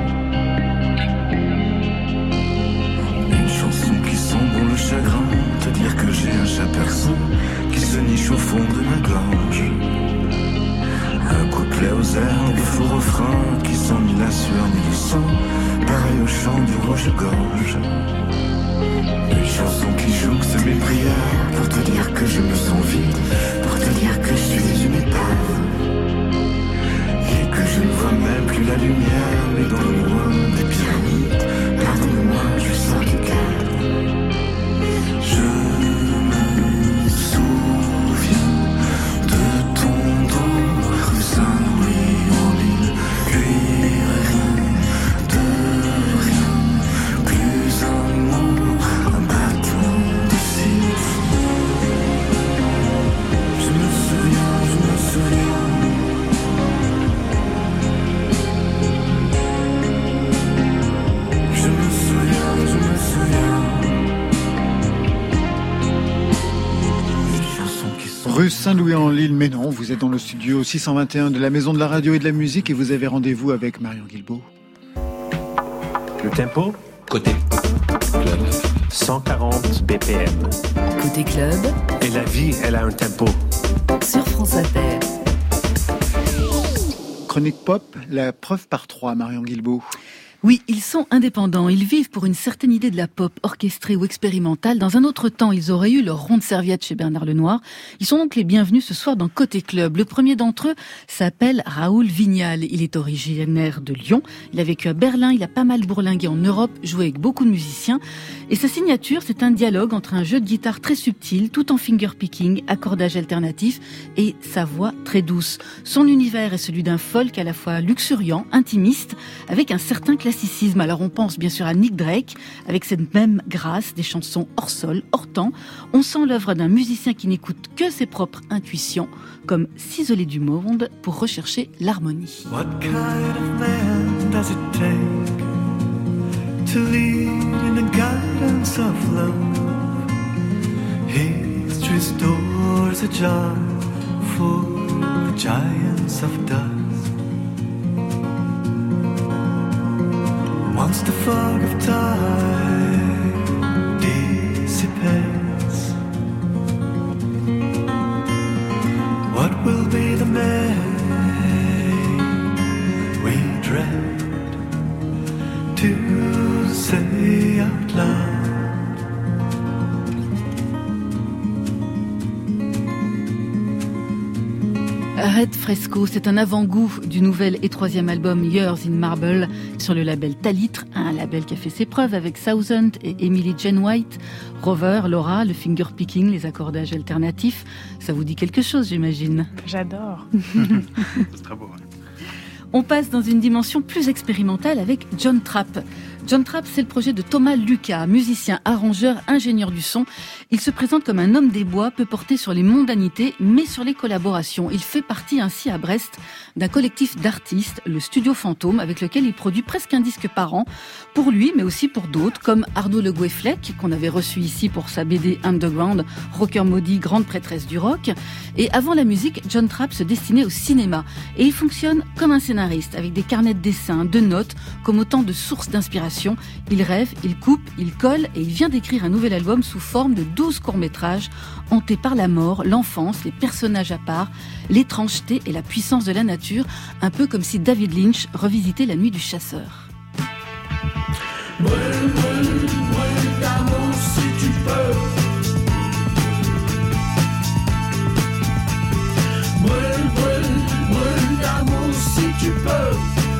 une chanson qui sent bon le chagrin, te dire que j'ai un chat perçant qui se niche au fond de ma gorge. Un couplet aux airs de faux refrains qui sent ni la sueur ni le sang, pareil au chant du rouge-gorge. Une chanson qui jouxte mes prières pour te dire que je me sens vide, pour te dire que je suis une épave. Que je ne vois même plus la lumière, mais dans le loin des pyramides, pardonne-moi, je sors du cadre. Je me souviens de ton dos, rue Saint-Louis-en-Lille, puis rien de rien, plus un mot, un battement de cils. Je me souviens. Rue Saint-Louis-en-Lille, mais non, vous êtes dans le studio 621 de la Maison de la Radio et de la Musique et vous avez rendez-vous avec Marion Guilbault. Le tempo, côté club, 140 BPM. Côté club, Et la vie, elle a un tempo. sur France Inter. Chronique pop, la preuve par 3, Marion Guilbault. Oui, ils sont indépendants. Ils vivent pour une certaine idée de la pop orchestrée ou expérimentale. Dans un autre temps, ils auraient eu leur ronde serviette chez Bernard Lenoir. Ils sont donc les bienvenus ce soir dans Côté Club. Le premier d'entre eux s'appelle Raoul Vignal. Il est originaire de Lyon. Il a vécu à Berlin. Il a pas mal bourlingué en Europe, joué avec beaucoup de musiciens. Et sa signature, c'est un dialogue entre un jeu de guitare très subtil, tout en finger-picking, accordage alternatif et sa voix très douce. Son univers est celui d'un folk à la fois luxuriant, intimiste, avec un certain classicisme. Alors on pense bien sûr à Nick Drake, avec cette même grâce, des chansons hors sol, hors temps. On sent l'œuvre d'un musicien qui n'écoute que ses propres intuitions, comme s'isoler du monde pour rechercher l'harmonie. What kind of man does it take to lead in the guidance of love? History's doors ajar for the giants of dust. Once the fog of time dissipates, what will be the man we dread to say out loud? Red Fresco, c'est un avant-goût du nouvel et troisième album Years in Marble sur le label Talitre, un label qui a fait ses preuves avec Thousand et Emily Jane White. Rover, Laura, le finger picking, les accordages alternatifs, ça vous dit quelque chose, j'imagine? J'adore. C'est très beau. Ouais. On passe dans une dimension plus expérimentale avec John Trapp. John Trapp, c'est le projet de Thomas Lucas, musicien, arrangeur, ingénieur du son. Il se présente comme un homme des bois, peu porté sur les mondanités, mais sur les collaborations. Il fait partie ainsi à Brest d'un collectif d'artistes, le Studio Fantôme, avec lequel il produit presque un disque par an, pour lui, mais aussi pour d'autres, comme Arnaud Le Gouefflec, qu'on avait reçu ici pour sa BD Underground, rocker maudit, grande prêtresse du rock. Et avant la musique, John Trapp se destinait au cinéma. Et il fonctionne comme un scénariste, avec des carnets de dessins, de notes, comme autant de sources d'inspiration. Il rêve, il coupe, il colle, et il vient d'écrire un nouvel album sous forme de 12 courts-métrages, hantés par la mort, l'enfance, les personnages à part, l'étrangeté et la puissance de la nature, un peu comme si David Lynch revisitait La Nuit du Chasseur. Brûle, brûle, brûle d'amour si tu peux. Brûle, brûle, brûle d'amour si tu peux.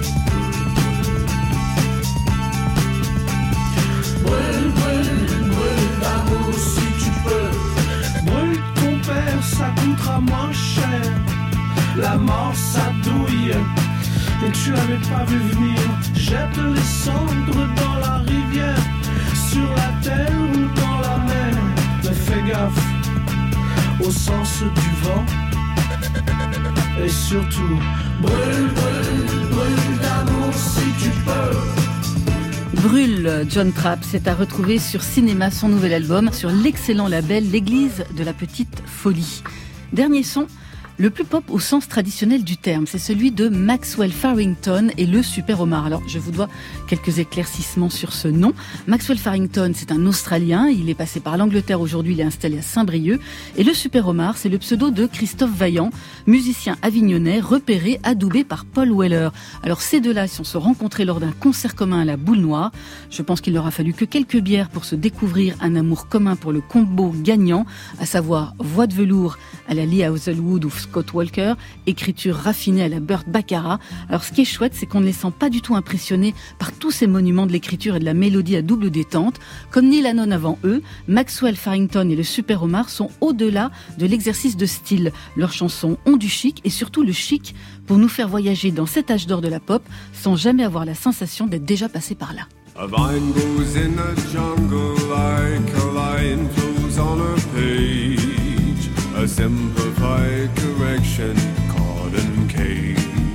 Brûle, brûle, brûle d'amour si tu peux. Brûle ton père, ça coûtera moins cher. La mort, ça douille. Et tu l'avais pas vu venir. Jette les cendres dans la rivière, sur la terre ou dans la mer. Mais fais gaffe au sens du vent. Et surtout, brûle, brûle, brûle d'amour si tu peux. Brûle, John Trapp, c'est à retrouver sur Cinéma, son nouvel album, sur l'excellent label L'Église de la Petite Folie. Dernier son, le plus pop au sens traditionnel du terme, c'est celui de Maxwell Farrington et le Super Omar. Alors, je vous dois quelques éclaircissements sur ce nom. Maxwell Farrington, c'est un Australien, il est passé par l'Angleterre, aujourd'hui il est installé à Saint-Brieuc. Et le Super Omar, c'est le pseudo de Christophe Vaillant, musicien avignonnais, repéré, adoubé par Paul Weller. Alors, ces deux-là se sont rencontrés lors d'un concert commun à la Boule Noire. Je pense qu'il leur a fallu que quelques bières pour se découvrir un amour commun pour le combo gagnant, à savoir voix de velours à la Lee Hazelwood ou Scott Walker, écriture raffinée à la Burt Baccarat. Alors ce qui est chouette, c'est qu'on ne les sent pas du tout impressionnés par tous ces monuments de l'écriture et de la mélodie à double détente. Comme Neil Hannon avant eux, Maxwell Farrington et le Super Omar sont au-delà de l'exercice de style. Leurs chansons ont du chic et surtout le chic pour nous faire voyager dans cet âge d'or de la pop sans jamais avoir la sensation d'être déjà passé par là. A vine grows in the jungle like a lion flows on a page. A simplified correction, cotton cage.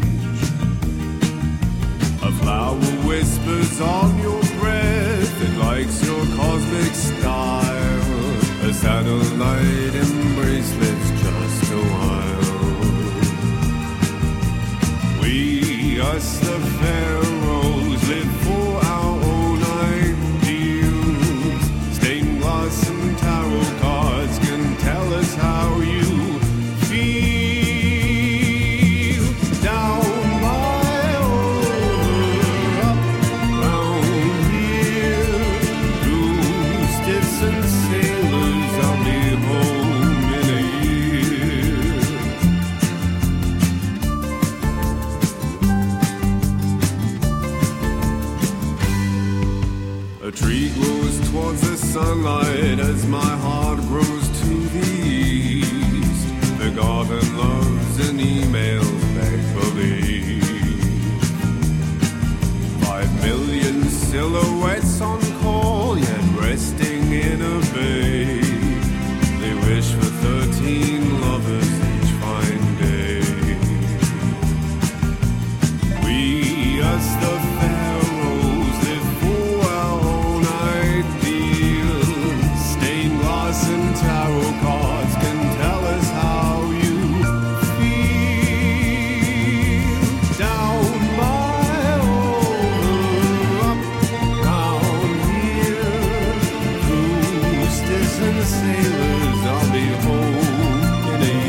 A flower whispers on your breath, it likes your cosmic style. A satellite embracelets just a while. We, us the pharaohs, live for our own ideals. Stained glass and tarot cards can tell us how you feel. Down by over, up round here, through stiffs and sailors, I'll be home in a year. A tree grows towards the sunlight as my heart grows to the east. The garden loves and emails beg for thee. 5 million silhouettes on call, yet resting in a bay. They wish for 13 lovers each fine day. We, us the pharaohs, live for our own ideals. Stained glass and tarot cards can tell us how you feel. Down by over, up round here, through stiffs and sailors, I'll be home in a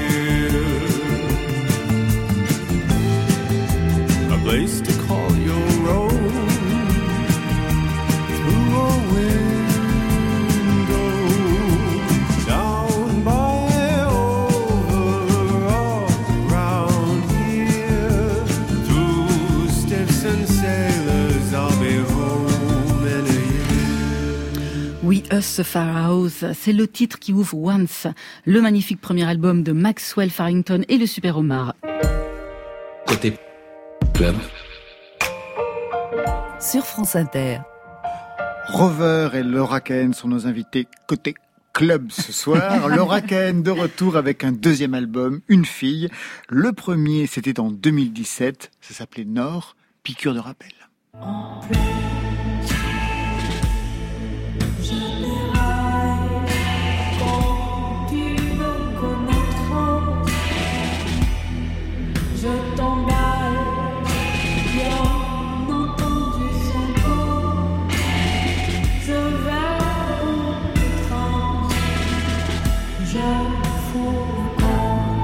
year. A place to call your own, through a window. Down by over, all round here, through stiffs and sailors, I'll be home in a year. We Us Pharaohs, c'est le titre qui ouvre Once, le magnifique premier album de Maxwell Farrington et le Super Omar. Côté club. sur France Inter. Rover et Laura Kahn sont nos invités côté club ce soir. Laura Kahn de retour avec un deuxième album, Une fille. Le premier, c'était en 2017. Ça s'appelait Nord, piqûre de rappel. En plein, je déraille quand tu me connaîtras. Je t'emballe, bien entendu son corps. Je vais au train, je fous le corps.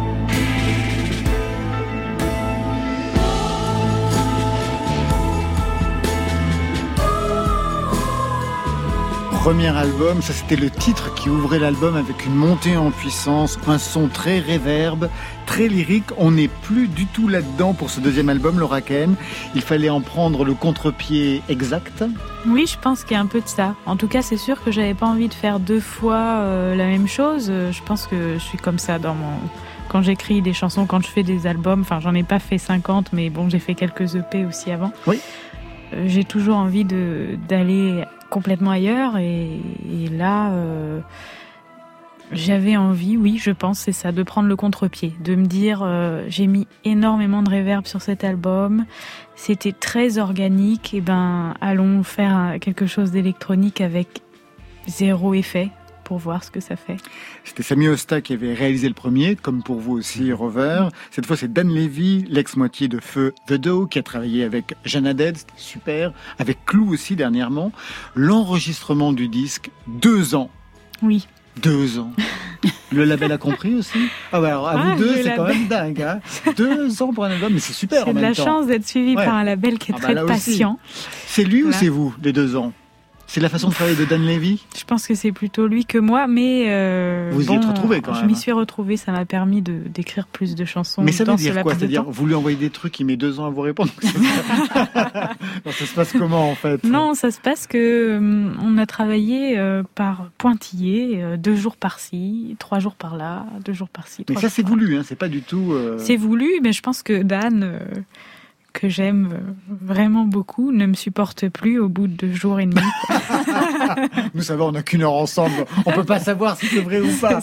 Premier album, ça c'était le titre qui ouvrait l'album avec une montée en puissance, un son très réverbe, très lyrique. On n'est plus du tout là-dedans pour ce deuxième album, Laura Kahn. Il fallait en prendre le contre-pied exact. Oui, je pense qu'il y a un peu de ça. En tout cas, c'est sûr que j'avais pas envie de faire deux fois la même chose. Je pense que je suis comme ça quand j'écris des chansons, quand je fais des albums. Enfin, j'en ai pas fait 50, mais bon, j'ai fait quelques EP aussi avant. Oui. J'ai toujours envie d'aller complètement ailleurs et là j'avais envie, oui, je pense, c'est ça, de prendre le contre-pied, de me dire j'ai mis énormément de reverb sur cet album, c'était très organique, et ben allons faire quelque chose d'électronique avec zéro effet pour voir ce que ça fait. C'était Samy Osta qui avait réalisé le premier, comme pour vous aussi, Rover. Cette fois, c'est Dan Levy, l'ex-moitié de Feu The Dough, qui a travaillé avec Jeanne Haddad, c'était super, avec Clou aussi dernièrement. L'enregistrement du disque, 2 ans. Oui. 2 ans. Le label a compris aussi. Ah bah alors, à vous deux, c'est quand même dingue. Hein. 2 ans pour un album, mais c'est super en même temps. C'est de la chance d'être suivi par un label qui est très patient. C'est lui ou c'est vous, les 2 ans? C'est la façon de travailler de Dan Levy? Je pense que c'est plutôt lui que moi, mais vous y êtes retrouvé quand même. Je m'y suis retrouvée, ça m'a permis d'écrire plus de chansons. Mais ça veut dire quoi? C'est-à-dire, vous lui envoyez des trucs, il met 2 ans à vous répondre. Non, ça se passe comment en fait? Non, ça se passe que on a travaillé par pointillés, 2 jours par-ci, 3 jours par-là, 2 jours par-ci. Mais ça c'est voulu, hein, c'est pas du tout. C'est voulu, mais je pense que Dan, que j'aime vraiment beaucoup, ne me supporte plus au bout de 2 jours et demi. Nous savons, on n'a qu'une heure ensemble. On peut pas savoir si c'est vrai ou pas.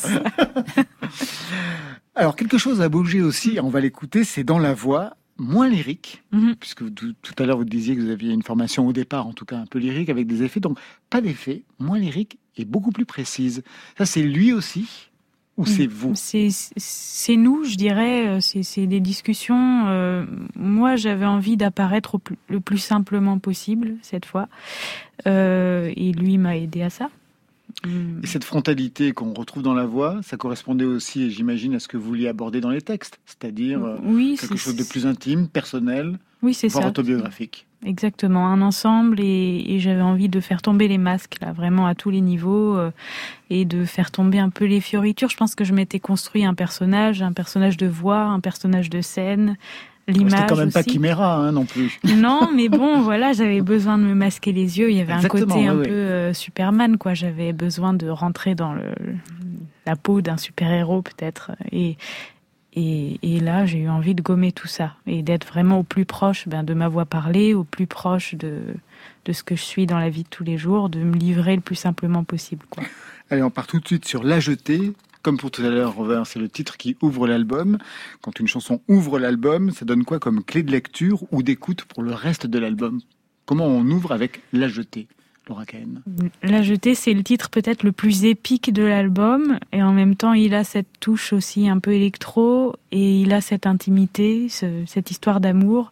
Alors, quelque chose a bougé aussi, on va l'écouter, c'est dans la voix, moins lyrique, puisque tout à l'heure vous disiez que vous aviez une formation au départ, en tout cas un peu lyrique, avec des effets. Donc, pas d'effets, moins lyrique et beaucoup plus précise. Ça, c'est lui aussi? Ou c'est vous? C'est nous, je dirais. C'est des discussions. Moi, j'avais envie d'apparaître le plus simplement possible cette fois, et lui m'a aidé à ça. Et cette frontalité qu'on retrouve dans la voix, ça correspondait aussi, j'imagine, à ce que vous vouliez aborder dans les textes, c'est-à-dire quelque chose de plus intime, personnel, voire autobiographique. Exactement, un ensemble, et j'avais envie de faire tomber les masques, là, vraiment à tous les niveaux, et de faire tomber un peu les fioritures. Je pense que je m'étais construit un personnage de voix, un personnage de scène, l'image c'était quand même aussi. Pas Chiméra, hein, non plus. Non, mais bon, voilà, j'avais besoin de me masquer les yeux. Il y avait un côté un peu Superman, quoi. J'avais besoin de rentrer dans la peau d'un super-héros, peut-être, et là, j'ai eu envie de gommer tout ça et d'être vraiment au plus proche de ma voix parlée, au plus proche de ce que je suis dans la vie de tous les jours, de me livrer le plus simplement possible, quoi. Allez, on part tout de suite sur La Jetée. Comme pour tout à l'heure, Rover, c'est le titre qui ouvre l'album. Quand une chanson ouvre l'album, ça donne quoi comme clé de lecture ou d'écoute pour le reste de l'album? Comment on ouvre avec La Jetée, Laura Kahn? La Jetée, c'est le titre peut-être le plus épique de l'album, et en même temps, il a cette touche aussi un peu électro, et il a cette intimité, cette histoire d'amour.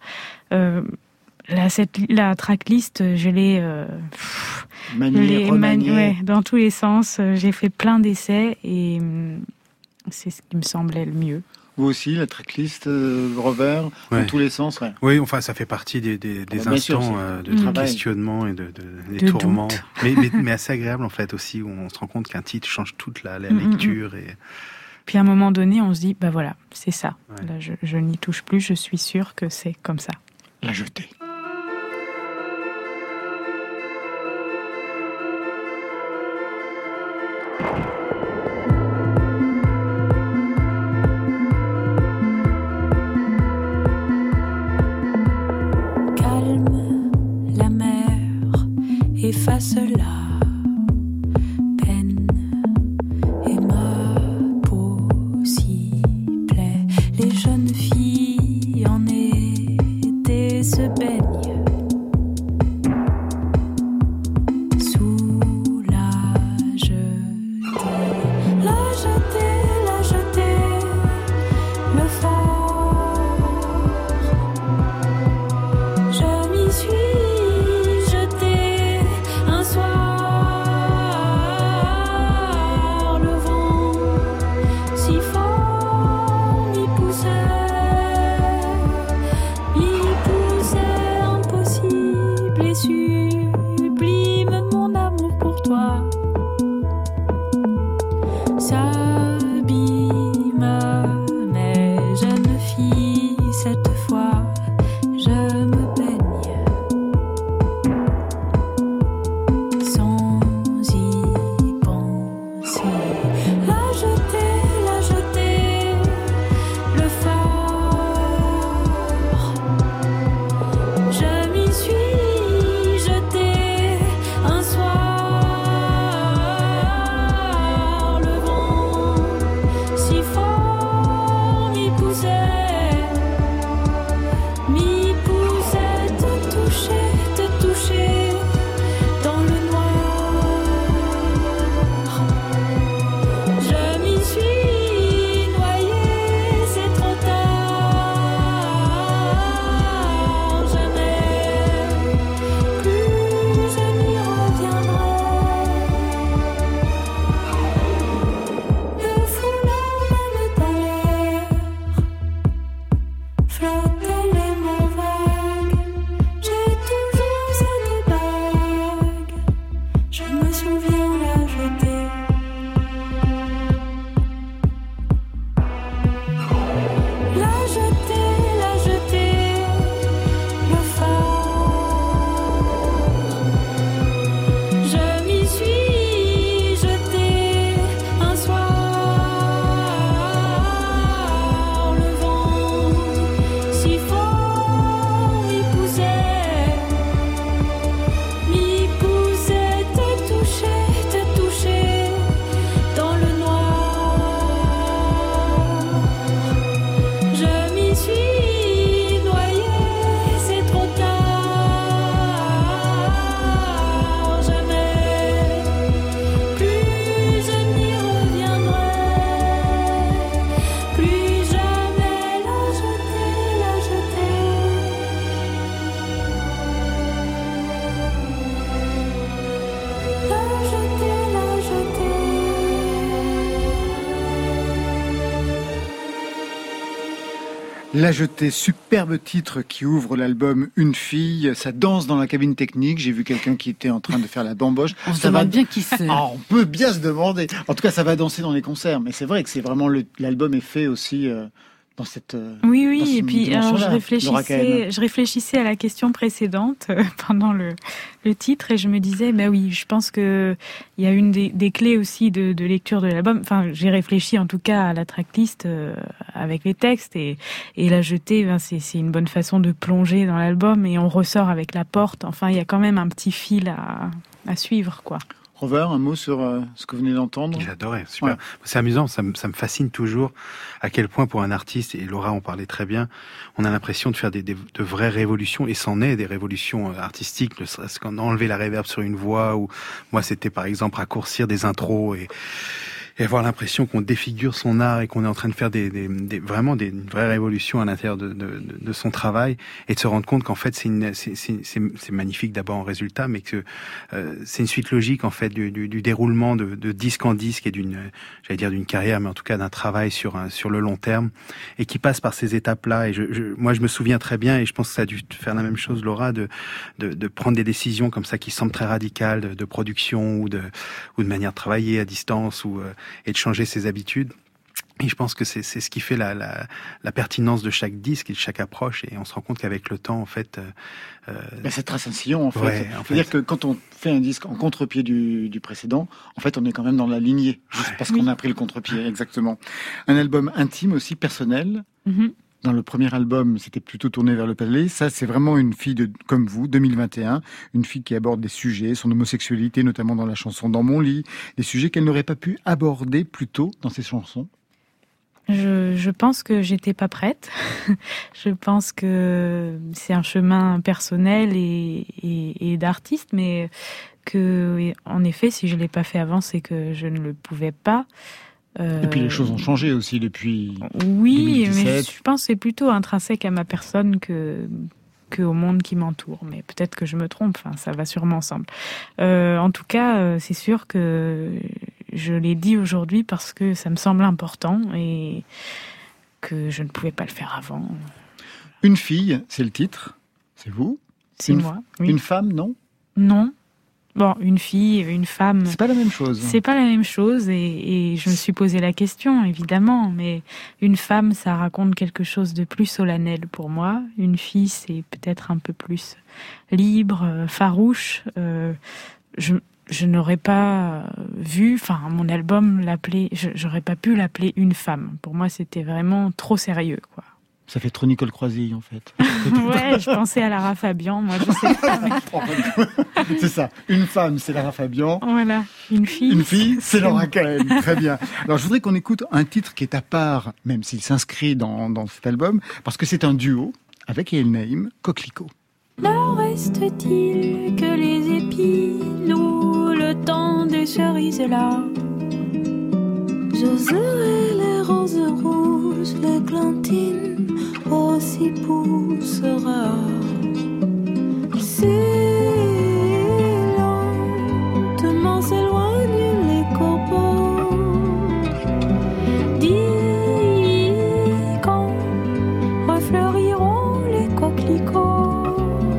La tracklist, je l'ai remaniée dans tous les sens. J'ai fait plein d'essais, et c'est ce qui me semblait le mieux. Vous aussi, la tracklist, Rover, dans tous les sens, Oui, enfin, ça fait partie des instants de questionnement et des tourments. Mais assez agréable, en fait, aussi, où on se rend compte qu'un titre change toute la lecture. Et... Puis à un moment donné, on se dit, bah voilà, c'est ça. Ouais. Là, je n'y touche plus, je suis sûre que c'est comme ça. La Jetée. Calme, la mer efface la peine et ma peau s'y plaît. Les jeunes filles en été se baignent sous la jetée. La jetée, la jetée, le phare. Je m'y suis jetée un soir. Le vent si fort m'y poussait impossible et sublime mon amour pour toi. S'abîme, mais jeune fille, cette fois je me baigne sans y penser. La jetée, le phare. Je m'y suis jetée un soir. Le vent si fort m'y poussait te toucher dans le noir. Je m'y suis noyée, c'est trop tard. Jamais plus je n'y reviendrai. Le foulard même d'air flottait les mots vagues. J'ai toujours cette bague. Je me souviens la jeter. La jetée, le phare. Je m'y suis jetée un soir. Le vent si fort m'y poussait te toucher dans le noir. Je m'y suis noyée, c'est trop tard. Jamais plus je n'y reviendrai. Plus jamais la jeter. La jeter. La jetée, superbe titre qui ouvre l'album Une fille. Ça danse dans la cabine technique. J'ai vu quelqu'un qui était en train de faire la bamboche. On se Ça va- demande bien qui c'est. Ah, on peut bien se demander. En tout cas, ça va danser dans les concerts. Mais c'est vrai que c'est vraiment l'album est fait aussi dans cette. Dans Oui, et cette puis alors, dimension-là, Laura Cahen. je réfléchissais à la question précédente pendant le titre et je me disais, bah oui, je pense que il y a une des clés aussi de lecture de l'album. Enfin, j'ai réfléchi en tout cas à la tracklist avec les textes et la jetée, ben, c'est une bonne façon de plonger dans l'album et on ressort avec la porte. Enfin, il y a quand même un petit fil à suivre, quoi. Rover, un mot sur ce que vous venez d'entendre. J'adorais, super. Ouais. C'est amusant, ça me fascine toujours à quel point pour un artiste, et Laura en parlait très bien, on a l'impression de faire de vraies révolutions, et c'en est des révolutions artistiques, ne serait-ce qu'enlever la réverb sur une voix, ou moi c'était par exemple raccourcir des intros, et avoir l'impression qu'on défigure son art et qu'on est en train de faire vraiment une vraie révolution à l'intérieur de son travail, et de se rendre compte qu'en fait c'est magnifique d'abord en résultat, mais que c'est une suite logique en fait du déroulement de disque en disque et d'une carrière, mais en tout cas d'un travail sur le long terme, et qui passe par ces étapes-là. Et moi je me souviens très bien, et je pense que ça a dû faire la même chose, Laura, de prendre des décisions comme ça qui semblent très radicales de production ou de manière de travailler à distance et de changer ses habitudes. Et je pense que c'est ce qui fait la pertinence de chaque disque et de chaque approche. Et on se rend compte qu'avec le temps, en fait... ça trace un sillon, en fait. Ouais, C'est-à-dire que quand on fait un disque en contre-pied du précédent, en fait, on est quand même dans la lignée. Juste parce qu'on a pris le contre-pied, exactement. Un album intime aussi, personnel. Mm-hmm. Dans le premier album, c'était plutôt tourné vers le palais. Ça, c'est vraiment une fille comme vous, 2021. Une fille qui aborde des sujets, son homosexualité, notamment dans la chanson Dans mon lit. Des sujets qu'elle n'aurait pas pu aborder plus tôt dans ses chansons. Je pense que j'étais pas prête. Je pense que c'est un chemin personnel et d'artiste, mais que, en effet, si je l'ai pas fait avant, c'est que je ne le pouvais pas. Et puis les choses ont changé aussi depuis. Oui, 2017. mais je pense que c'est plutôt intrinsèque à ma personne que au monde qui m'entoure. Mais peut-être que je me trompe. Enfin, ça va sûrement ensemble. En tout cas, c'est sûr que je l'ai dit aujourd'hui parce que ça me semble important et que je ne pouvais pas le faire avant. Une fille, c'est le titre. C'est vous. C'est moi. Oui. Une femme, non ? Non. Bon, une fille, une femme. C'est pas la même chose. C'est pas la même chose et je me suis posé la question, évidemment, mais une femme, ça raconte quelque chose de plus solennel pour moi. Une fille, c'est peut-être un peu plus libre, farouche. Je n'aurais pas vu, enfin, mon album l'appeler, j'aurais pas pu l'appeler Une femme. Pour moi, c'était vraiment trop sérieux, quoi. Ça fait trop Nicole Croisille, en fait. Ouais, je pensais à Lara Fabian, moi, je sais pas. Mais... C'est ça. Une femme, c'est Lara Fabian. Voilà. Une fille. Une fille, c'est Laura Cohen. Très bien. Alors, je voudrais qu'on écoute un titre qui est à part, même s'il s'inscrit dans cet album, parce que c'est un duo avec Yael Naïm, Coquelicot. Leur reste-t-il que les épines ou le temps des cerises est là? J'oserai les roses rouges, l'églantine aussi poussera. Si lentement s'éloignent les copeaux, dis quand refleuriront les coquelicots.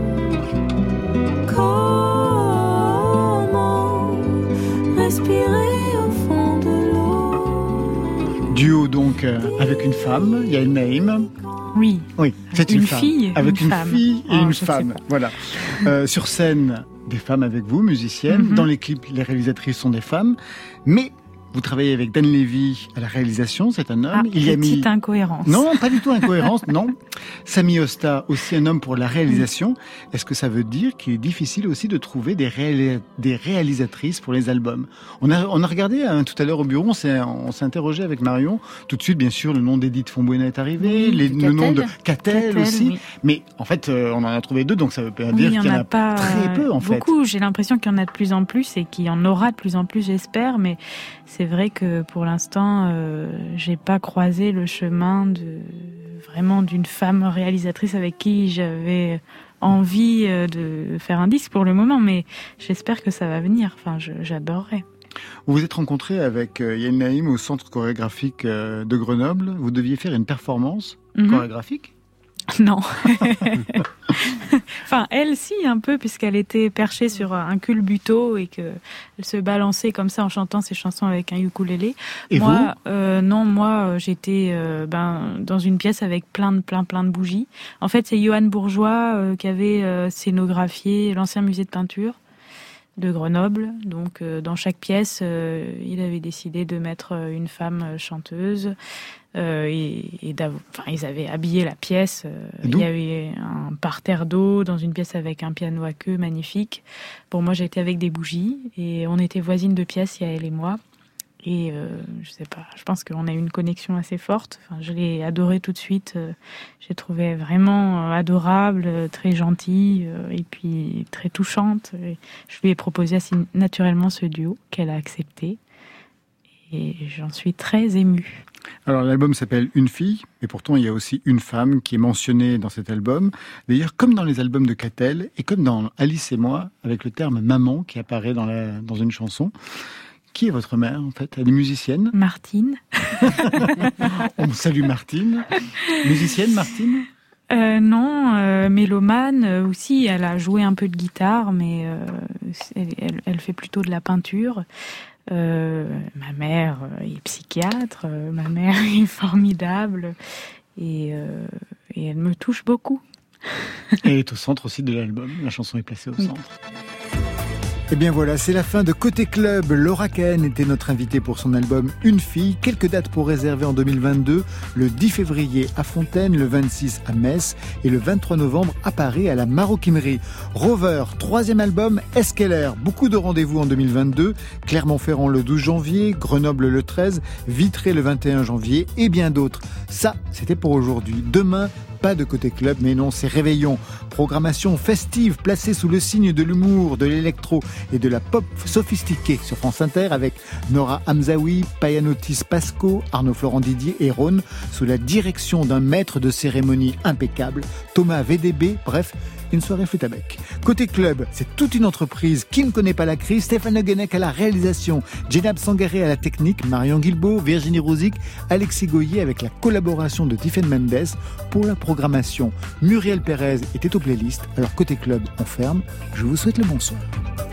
Comment respirer au fond de l'eau? Duo donc avec une femme, Yael Naïm. Oui. Oui, c'est une femme. Fille, avec une femme. fille et une Je sais femme. pas. Voilà. Sur scène, des femmes avec vous, musiciennes. Dans les clips, les réalisatrices sont des femmes. Mais vous travaillez avec Dan Levy à la réalisation, c'est un homme. Il y a petite incohérence. Non, pas du tout incohérence, non. Samy Osta, aussi un homme pour la réalisation. Est-ce que ça veut dire qu'il est difficile aussi de trouver des réalisatrices pour les albums? On a regardé tout à l'heure au bureau, on s'est interrogé avec Marion. Tout de suite, bien sûr, le nom d'Edith Fonbouena est arrivé, le nom de Catel aussi. Oui. Mais en fait, on en a trouvé 2, donc ça veut pas dire qu'il y en a pas très peu, en fait. Beaucoup, j'ai l'impression qu'il y en a de plus en plus et qu'il y en aura de plus en plus, j'espère. Mais c'est vrai que pour l'instant, j'ai pas croisé le chemin vraiment d'une femme réalisatrice avec qui j'avais envie de faire un disque pour le moment, mais j'espère que ça va venir. Enfin, j'adorerais. Vous vous êtes rencontré avec Yael Naïm au Centre chorégraphique de Grenoble. Vous deviez faire une performance chorégraphique? Non. Enfin, elle, si, un peu, puisqu'elle était perchée sur un culbuto et qu'elle se balançait comme ça en chantant ses chansons avec un ukulélé. Et moi, moi, j'étais dans une pièce avec plein de bougies. En fait, c'est Johan Bourgeois qui avait scénographié l'ancien musée de peinture de Grenoble. Donc, dans chaque pièce, il avait décidé de mettre une femme chanteuse. Ils avaient habillé la pièce. Il y avait un parterre d'eau dans une pièce avec un piano à queue magnifique. Bon, moi, j'étais avec des bougies et on était voisines de pièce, Yael et moi. Et je sais pas, je pense qu'on a eu une connexion assez forte. Enfin, je l'ai adorée tout de suite. J'ai trouvé vraiment adorable, très gentille et puis très touchante. Et je lui ai proposé assez naturellement ce duo qu'elle a accepté. Et j'en suis très émue. Alors l'album s'appelle Une fille, et pourtant il y a aussi une femme qui est mentionnée dans cet album. D'ailleurs, comme dans les albums de Catel, et comme dans Alice et moi, avec le terme maman qui apparaît dans une chanson. Qui est votre mère, en fait? Elle est musicienne? Martine. On salue Martine. Musicienne, Martine? Non, mélomane aussi. Elle a joué un peu de guitare, mais elle fait plutôt de la peinture. Ma mère est psychiatre. Ma mère est formidable. Et elle me touche beaucoup. Et elle est au centre aussi de l'album. La chanson est placée au centre. Et bien voilà, c'est la fin de Côté Club. Laura Kahn était notre invitée pour son album Une fille. Quelques dates pour réserver en 2022. Le 10 février à Fontaine, le 26 à Metz et le 23 novembre à Paris à la Maroquinerie. Rover, 3e album, Eskeller. Beaucoup de rendez-vous en 2022. Clermont-Ferrand le 12 janvier, Grenoble le 13, Vitré le 21 janvier et bien d'autres. Ça, c'était pour aujourd'hui. Demain, pas de Côté Club, mais non, c'est Réveillon. Programmation festive placée sous le signe de l'humour, de l'électro et de la pop sophistiquée sur France Inter avec Nora Hamzaoui, Payanotis Pasco, Arnaud Florent Didier et Rhône sous la direction d'un maître de cérémonie impeccable, Thomas VDB, bref, une soirée flûte à bec. Côté Club, c'est toute une entreprise qui ne connaît pas la crise. Stéphane Le Guenec à la réalisation, Jenab Sangaré à la technique, Marion Guilbault, Virginie Rouzic, Alexis Goyer avec la collaboration de Tiffen Mendes pour la programmation. Muriel Pérez était aux playlists. Alors Côté Club, on ferme. Je vous souhaite le bon son.